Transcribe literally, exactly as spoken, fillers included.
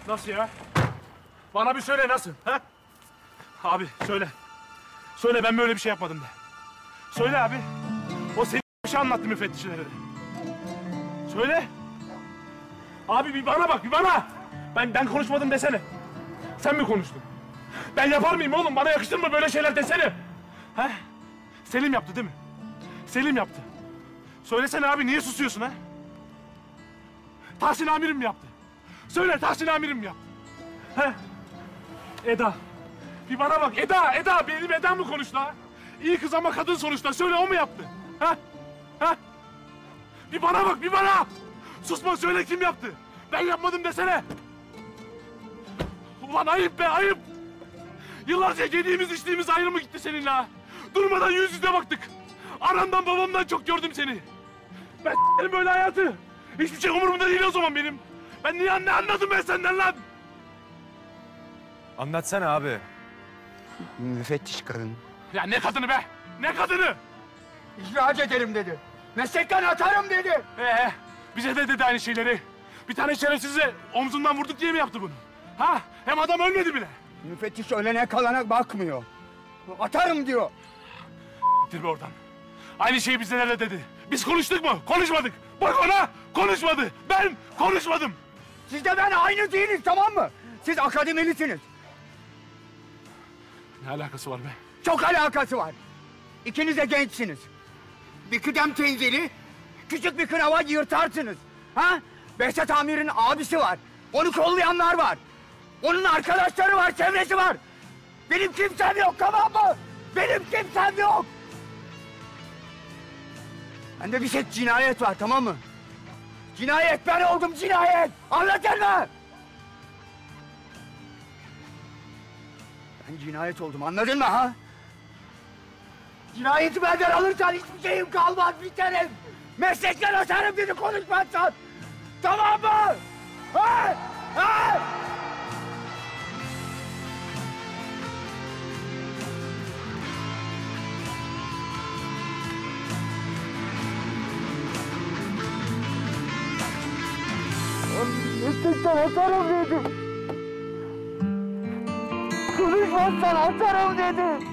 Nasıl ya? Bana bir söyle nasıl? Ha? Abi söyle. Söyle ben böyle bir şey yapmadım de. Söyle abi. O senin bir şey anlattı müfettişlere de. Söyle. Abi bir bana bak bir bana. Ben ben konuşmadım desene. Sen mi konuştun? Ben yapar mıyım oğlum? Bana yakıştır mı böyle şeyler desene? Ha? Selim yaptı değil mi? Selim yaptı. Söylesene abi niye susuyorsun ha? Tahsin amirim mi yaptı? Söyle Tahsin amirim mi yaptı? Ha? Eda. Bir bana bak Eda, Eda benim Eda mı konuştu ha? İyi kız ama kadın sonuçta. Söyle o mu yaptı? Ha? Ha? Bir bana bak bir bana. Susma söyle kim yaptı? Ben yapmadım desene. Ulan ayıp be ayıp. Yıllarca yediğimiz içtiğimiz ayrı mı gitti seninle ha? Durmadan yüz yüze baktık. Anamdan babamdan çok gördüm seni. Ben s**erim böyle hayatı. Hiçbir şey umurumda değil o zaman benim. Ben niye ne anladım ben senden lan? Anlatsana abi. Müfettiş kadın. Ya ne kadını be? Ne kadını? İhraç ederim dedi. Meslekten atarım dedi. Ee, bize de dedi aynı şeyleri. Bir tane şerefsize omzundan vurduk diye mi yaptı bunu? Ha? Hem adam ölmedi bile. Müfettiş ölene kalana bakmıyor. Atarım diyor. Gittir be oradan. Aynı şeyi bize de dedi. Biz konuştuk mu? Konuşmadık. Bak ona konuşmadı. Ben konuşmadım. Siz de ben aynı değiliz tamam mı? Siz akademilisiniz. Ne alakası var be? Çok alakası var. İkiniz de gençsiniz. Bir kıdem tenzili, küçük bir kınava yırtarsınız. Ha? Behzat Amir'in abisi var. Onu kollayanlar var. Onun arkadaşları var, çevresi var. Benim kimsem yok tamam mı? Benim kimsem yok. Bende bir şey cinayet var tamam mı? Cinayet ben oldum cinayet. Anladın mı? Ben cinayet oldum anladın mı ha? Cinayeti benden alırsan hiçbir şeyim kalmaz biterim. Meslekten atarım dedi konuşmazsan. Tamam mı? Ha? Ha? Meslekten atarım dedim. Konuşmazsan atarım dedim.